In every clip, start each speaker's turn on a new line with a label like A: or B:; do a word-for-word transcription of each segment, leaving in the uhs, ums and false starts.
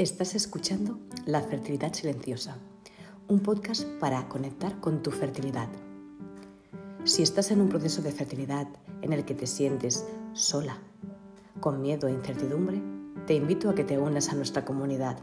A: Estás escuchando La Fertilidad Silenciosa, un podcast para conectar con tu fertilidad. Si estás en un proceso de fertilidad en el que te sientes sola, con miedo e incertidumbre, te invito a que te unas a nuestra comunidad.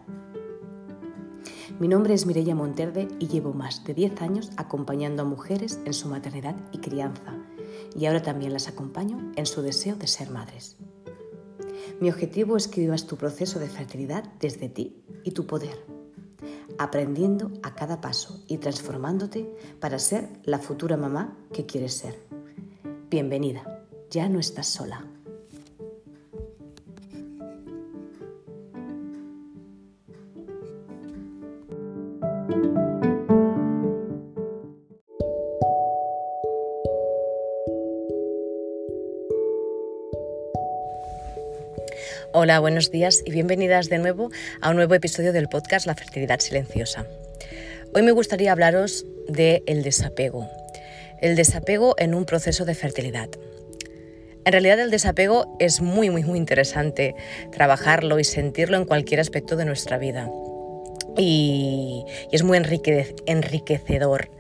A: Mi nombre es Mireia Monterde y llevo más de diez años acompañando a mujeres en su maternidad y crianza, y ahora también las acompaño en su deseo de ser madres. Mi objetivo es que vivas tu proceso de fertilidad desde ti y tu poder, aprendiendo a cada paso y transformándote para ser la futura mamá que quieres ser. Bienvenida, ya no estás sola. Hola, buenos días y bienvenidas de nuevo a un nuevo episodio del podcast La Fertilidad Silenciosa. Hoy me gustaría hablaros del desapego, el desapego en un proceso de fertilidad. En realidad el desapego es muy, muy, muy interesante trabajarlo y sentirlo en cualquier aspecto de nuestra vida y, y es muy enrique, enriquecedor.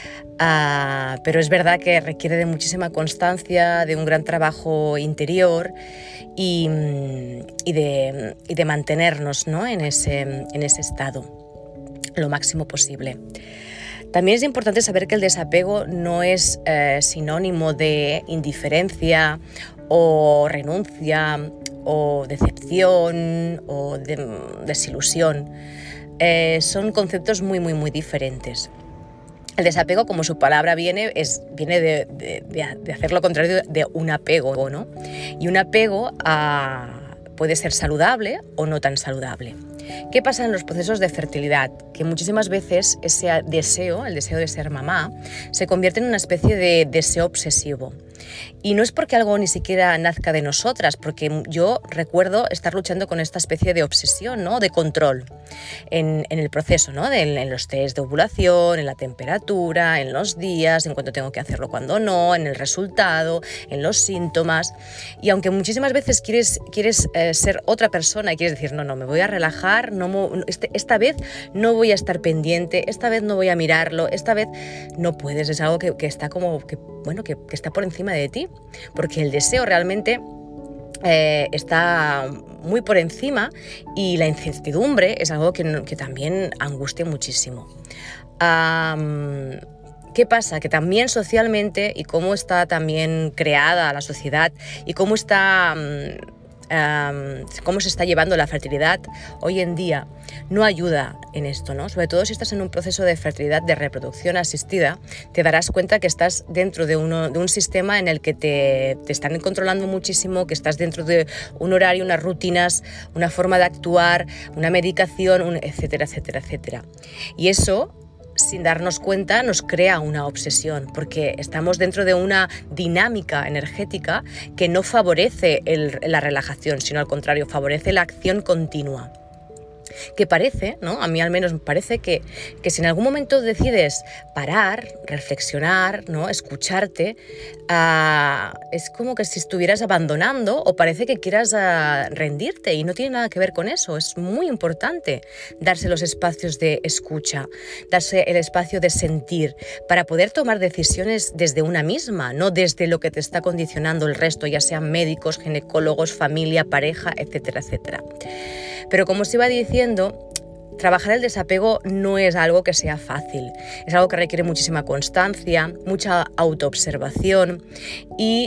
A: Uh, pero es verdad que requiere de muchísima constancia, de un gran trabajo interior y, y, de, y de mantenernos, ¿no?, en, ese, en ese estado lo máximo posible. También es importante saber que el desapego no es eh, sinónimo de indiferencia o renuncia o decepción o de, desilusión. Eh, son conceptos muy, muy, muy diferentes. El desapego, como su palabra viene, es, viene de, de, de hacer lo contrario de un apego, ¿no? Y un apego a, puede ser saludable o no tan saludable. ¿Qué pasa en los procesos de fertilidad? Que muchísimas veces ese deseo, el deseo de ser mamá, se convierte en una especie de deseo obsesivo. Y no es porque algo ni siquiera nazca de nosotras, porque yo recuerdo estar luchando con esta especie de obsesión, ¿no?, de control en, en el proceso, ¿no?, de, en los test de ovulación, en la temperatura, en los días, en cuánto tengo que hacerlo, cuándo no, en el resultado, en los síntomas. Y aunque muchísimas veces quieres, quieres eh, ser otra persona y quieres decir, no, no, me voy a relajar, no, este, esta vez no voy a estar pendiente, esta vez no voy a mirarlo, esta vez no puedes, es algo que, que está como, que, bueno, que, que está por encima de ti, porque el deseo realmente eh, está muy por encima y la incertidumbre es algo que, que también angustia muchísimo. Um, ¿Qué pasa? Que también socialmente y cómo está también creada la sociedad y cómo está... Um, Um, cómo se está llevando la fertilidad hoy en día no ayuda en esto, ¿no? Sobre todo si estás en un proceso de fertilidad de reproducción asistida, te darás cuenta que estás dentro de, uno, de un sistema en el que te, te están controlando muchísimo, que estás dentro de un horario, unas rutinas, una forma de actuar, una medicación, un etcétera, etcétera, etcétera. Y eso, sin darnos cuenta, nos crea una obsesión, porque estamos dentro de una dinámica energética que no favorece el, la relajación, sino al contrario, favorece la acción continua. Que parece, ¿no?, a mí al menos me parece que, que si en algún momento decides parar, reflexionar, ¿no?, escucharte, uh, es como que si estuvieras abandonando o parece que quieras uh, rendirte, y no tiene nada que ver con eso. Es muy importante darse los espacios de escucha, darse el espacio de sentir para poder tomar decisiones desde una misma, no desde lo que te está condicionando el resto, ya sean médicos, ginecólogos, familia, pareja, etcétera, etcétera. Pero como os iba diciendo, trabajar el desapego no es algo que sea fácil, es algo que requiere muchísima constancia, mucha autoobservación y,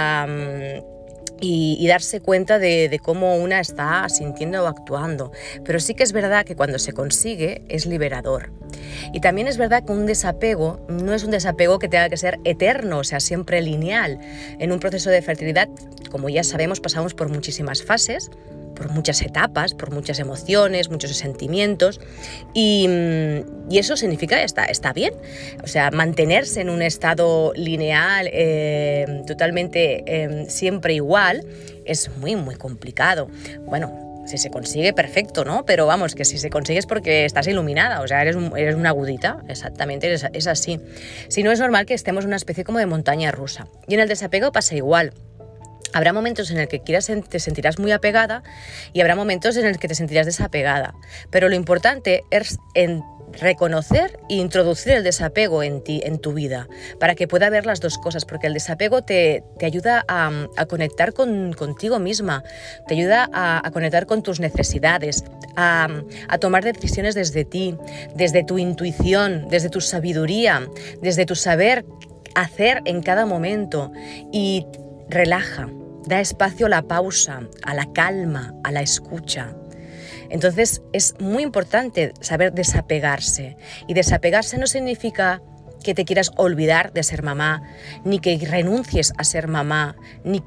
A: um, y, y darse cuenta de, de cómo una está sintiendo o actuando. Pero sí que es verdad que cuando se consigue es liberador. Y también es verdad que un desapego no es un desapego que tenga que ser eterno, o sea, siempre lineal. En un proceso de fertilidad, como ya sabemos, pasamos por muchísimas fases, por muchas etapas, por muchas emociones, muchos sentimientos y, y eso significa que está, está bien. O sea, mantenerse en un estado lineal, eh, totalmente eh, siempre igual, es muy, muy complicado. Bueno, si se consigue, perfecto, ¿no? Pero vamos, que si se consigue es porque estás iluminada, o sea, eres, un, eres una agudita, exactamente, es, es así. Si no, es normal que estemos en una especie como de montaña rusa. Y en el desapego pasa igual. Habrá momentos en el que quieras, te sentirás muy apegada y habrá momentos en el que te sentirás desapegada. Pero lo importante es en reconocer e introducir el desapego en ti, en tu vida, para que pueda ver las dos cosas, porque el desapego te, te ayuda a, a conectar con, contigo misma, te ayuda a, a conectar con tus necesidades, a, a tomar decisiones desde ti, desde tu intuición, desde tu sabiduría, desde tu saber hacer en cada momento, y relaja, da espacio a la pausa, a la calma, a la escucha. Entonces es muy importante saber desapegarse, y desapegarse no significa que te quieras olvidar de ser mamá, ni que renuncies a ser mamá, ni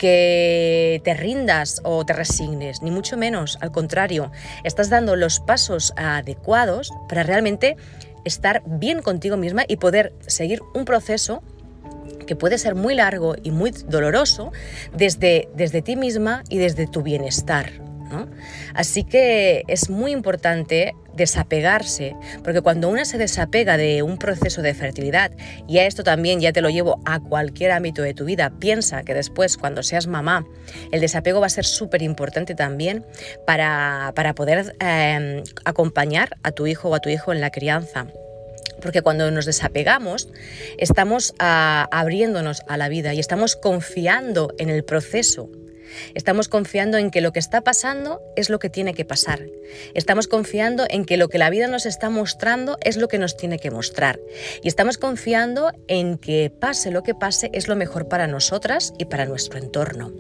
A: que te rindas o te resignes, ni mucho menos, al contrario, estás dando los pasos adecuados para realmente estar bien contigo misma y poder seguir un proceso que puede ser muy largo y muy doloroso desde, desde ti misma y desde tu bienestar, ¿no? Así que es muy importante desapegarse, porque cuando una se desapega de un proceso de fertilidad, y a esto también ya te lo llevo a cualquier ámbito de tu vida, piensa que después cuando seas mamá el desapego va a ser súper importante también para, para poder eh, acompañar a tu hijo o a tu hijo en la crianza. Porque cuando nos desapegamos estamos uh, abriéndonos a la vida y estamos confiando en el proceso. Estamos confiando en que lo que está pasando es lo que tiene que pasar. Estamos confiando en que lo que la vida nos está mostrando es lo que nos tiene que mostrar. Y estamos confiando en que pase lo que pase es lo mejor para nosotras y para nuestro entorno.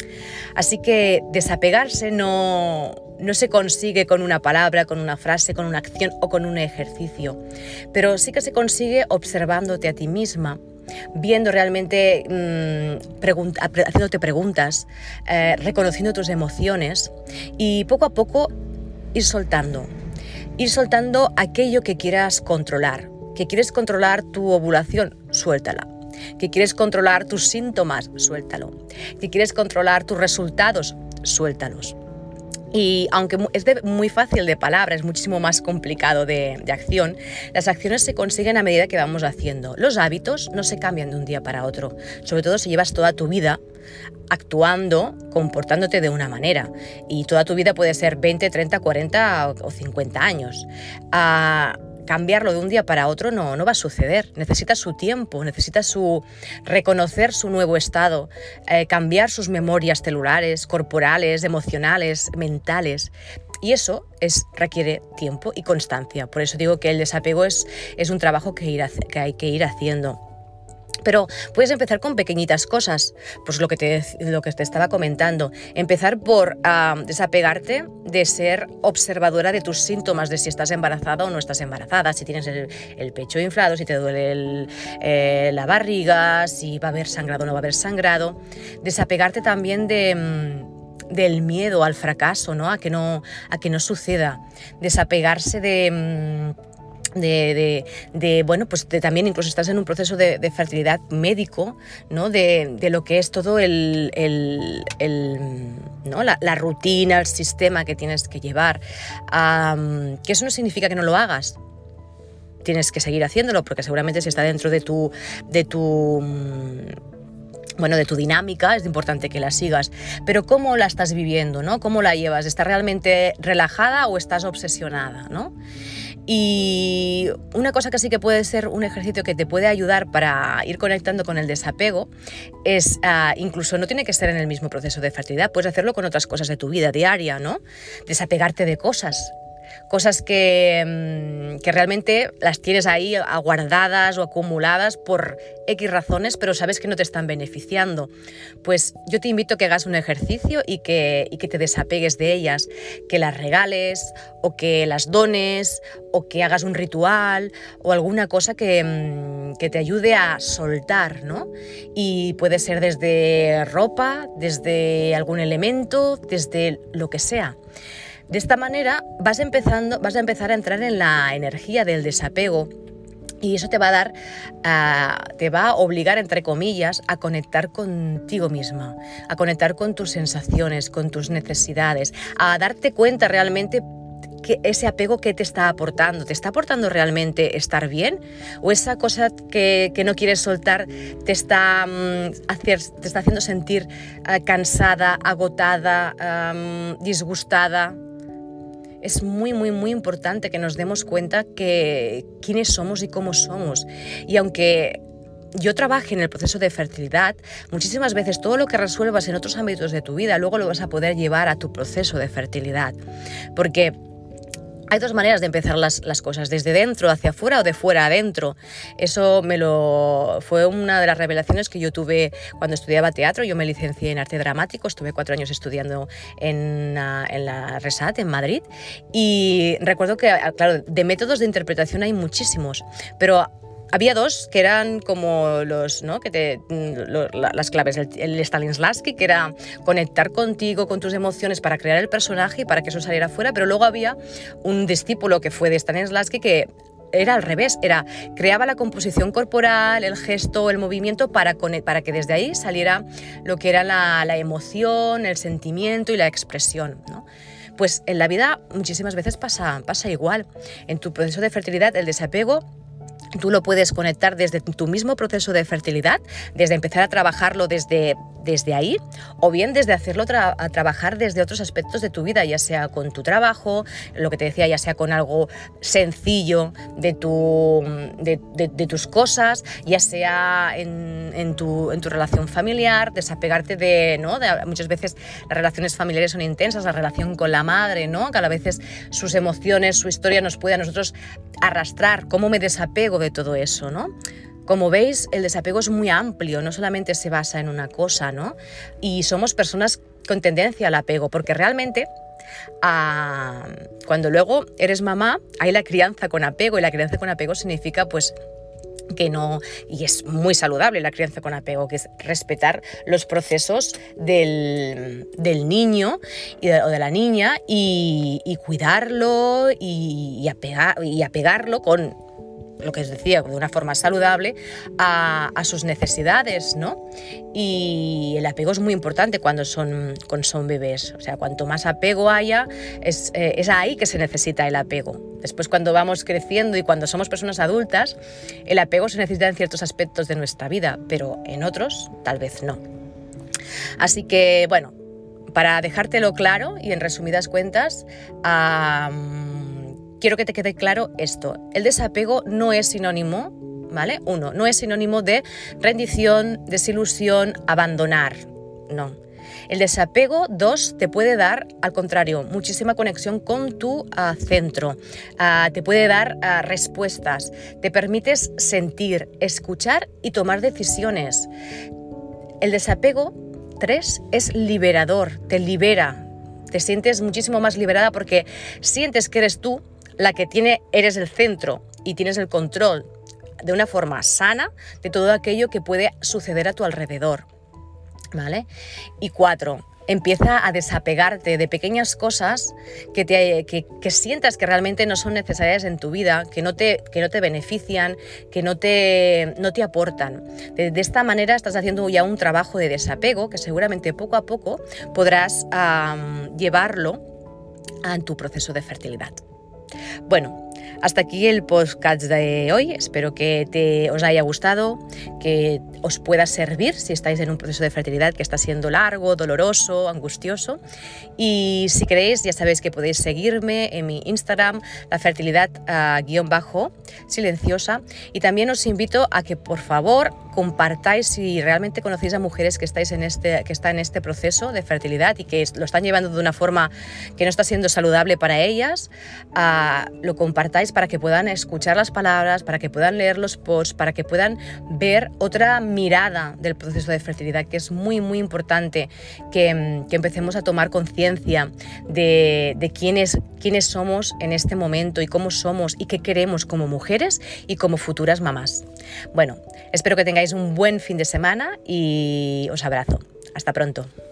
A: Así que desapegarse no, no se consigue con una palabra, con una frase, con una acción o con un ejercicio, pero sí que se consigue observándote a ti misma, viendo realmente, mmm, pregun- haciéndote preguntas, eh, reconociendo tus emociones y poco a poco ir soltando, ir soltando aquello que quieras controlar. Que quieres controlar tu ovulación, suéltala. Que quieres controlar tus síntomas, suéltalo. Que quieres controlar tus resultados, suéltalos. Y aunque es de, muy fácil de palabra, es muchísimo más complicado de, de acción, las acciones se consiguen a medida que vamos haciendo. Los hábitos no se cambian de un día para otro, sobre todo si llevas toda tu vida actuando, comportándote de una manera. Y toda tu vida puede ser veinte, treinta, cuarenta o cincuenta años. Uh, Cambiarlo de un día para otro no, no va a suceder. Necesita su tiempo, necesita su reconocer su nuevo estado, eh, cambiar sus memorias celulares, corporales, emocionales, mentales. Y eso es, requiere tiempo y constancia. Por eso digo que el desapego es, es un trabajo que, ir, que hay que ir haciendo. Pero puedes empezar con pequeñitas cosas, pues lo que te, lo que te estaba comentando. Empezar por uh, desapegarte de ser observadora de tus síntomas, de si estás embarazada o no estás embarazada, si tienes el, el pecho inflado, si te duele el, eh, la barriga, si va a haber sangrado o no va a haber sangrado. Desapegarte también de... Mm, del miedo al fracaso, ¿no? A que no, a que no suceda. Desapegarse de... Mm, De, de, de, bueno, pues de, también incluso estás en un proceso de, de fertilidad médico, ¿no? De, de lo que es todo el, el, el ¿no? la, la rutina, el sistema que tienes que llevar, um, que eso no significa que no lo hagas. Tienes que seguir haciéndolo porque seguramente si está dentro de tu, de tu bueno, de tu dinámica, es importante que la sigas, pero ¿cómo la estás viviendo, ¿no? ¿Cómo la llevas? ¿Estás realmente relajada o estás obsesionada, ¿no? Y una cosa que sí que puede ser un ejercicio que te puede ayudar para ir conectando con el desapego es, uh, incluso no tiene que ser en el mismo proceso de fertilidad, puedes hacerlo con otras cosas de tu vida diaria, ¿no? Desapegarte de cosas. Cosas que, que realmente las tienes ahí aguardadas o acumuladas por X razones, pero sabes que no te están beneficiando. Pues yo te invito a que hagas un ejercicio y que, y que te desapegues de ellas, que las regales o que las dones o que hagas un ritual o alguna cosa que, que te ayude a soltar, ¿no? Y puede ser desde ropa, desde algún elemento, desde lo que sea. De esta manera vas, empezando, vas a empezar a entrar en la energía del desapego y eso te va a dar, uh, te va a obligar, entre comillas, a conectar contigo misma, a conectar con tus sensaciones, con tus necesidades, a darte cuenta realmente que ese apego que te está aportando. ¿Te está aportando realmente estar bien? ¿O esa cosa que, que no quieres soltar te está, um, hacer, te está haciendo sentir uh, cansada, agotada, um, disgustada? Es muy, muy, muy importante que nos demos cuenta que quiénes somos y cómo somos. Y aunque yo trabaje en el proceso de fertilidad, muchísimas veces todo lo que resuelvas en otros ámbitos de tu vida, luego lo vas a poder llevar a tu proceso de fertilidad. Porque hay dos maneras de empezar las, las cosas, desde dentro hacia afuera o de fuera adentro. Eso me lo fue una de las revelaciones que yo tuve cuando estudiaba teatro. Yo me licencié en arte dramático, estuve cuatro años estudiando en, en la RESAT, en Madrid, y recuerdo que, claro, de métodos de interpretación hay muchísimos, pero había dos que eran como los, ¿no? que te, lo, las claves, el, el Stanislavski, que era conectar contigo, con tus emociones para crear el personaje y para que eso saliera fuera, pero luego había un discípulo que fue de Stanislavski que era al revés, era creaba la composición corporal, el gesto, el movimiento para, para que desde ahí saliera lo que era la, la emoción, el sentimiento y la expresión, ¿no? Pues en la vida muchísimas veces pasa, pasa igual. En tu proceso de fertilidad, el desapego, tú lo puedes conectar desde tu mismo proceso de fertilidad, desde empezar a trabajarlo desde, desde ahí, o bien desde hacerlo tra- a trabajar desde otros aspectos de tu vida, ya sea con tu trabajo, lo que te decía, ya sea con algo sencillo de, tu, de, de, de tus cosas, ya sea en, en, tu, en tu relación familiar, desapegarte de, ¿no? de, muchas veces las relaciones familiares son intensas, la relación con la madre, ¿no? Que a veces sus emociones, su historia nos puede a nosotros arrastrar. ¿Cómo me desapego de todo eso, ¿no? Como veis, el desapego es muy amplio, no solamente se basa en una cosa, ¿no? Y somos personas con tendencia al apego, porque realmente ah, cuando luego eres mamá, hay la crianza con apego, y la crianza con apego significa pues que no, y es muy saludable la crianza con apego, que es respetar los procesos del, del niño y de, o de la niña y, y cuidarlo y, y, apegar, y apegarlo con lo que os decía, de una forma saludable a, a sus necesidades, ¿no? Y el apego es muy importante cuando son, cuando son bebés, o sea, cuanto más apego haya, es, eh, es ahí que se necesita el apego. Después, cuando vamos creciendo y cuando somos personas adultas, el apego se necesita en ciertos aspectos de nuestra vida, pero en otros tal vez no. Así que, bueno, para dejártelo claro y en resumidas cuentas, um, quiero que te quede claro esto. El desapego no es sinónimo, ¿vale? Uno, no es sinónimo de rendición, desilusión, abandonar, no. El desapego, dos, te puede dar, al contrario, muchísima conexión con tu uh, centro, uh, te puede dar uh, respuestas, te permites sentir, escuchar y tomar decisiones. El desapego, tres, es liberador, te libera, te sientes muchísimo más liberada porque sientes que eres tú la que tiene, eres el centro y tienes el control de una forma sana de todo aquello que puede suceder a tu alrededor, ¿vale? Y cuatro, empieza a desapegarte de pequeñas cosas que, te, que, que sientas que realmente no son necesarias en tu vida, que no te, que no te benefician, que no te, no te aportan. De, de esta manera estás haciendo ya un trabajo de desapego que seguramente poco a poco podrás um, llevarlo a tu proceso de fertilidad. Bueno, hasta aquí el podcast de hoy. Espero que te, os haya gustado, que os pueda servir si estáis en un proceso de fertilidad que está siendo largo, doloroso, angustioso. Y si queréis, ya sabéis que podéis seguirme en mi Instagram, la fertilidad uh, guión bajo silenciosa. Y también os invito a que por favor compartáis si realmente conocéis a mujeres que estáis en este, que están en este proceso de fertilidad y que lo están llevando de una forma que no está siendo saludable para ellas. Uh, lo compartáis para que puedan escuchar las palabras, para que puedan leer los posts, para que puedan ver otra mirada del proceso de fertilidad, que es muy muy importante que, que empecemos a tomar conciencia de, de quiénes, quiénes somos en este momento y cómo somos y qué queremos como mujeres y como futuras mamás. Bueno, espero que tengáis un buen fin de semana y os abrazo. Hasta pronto.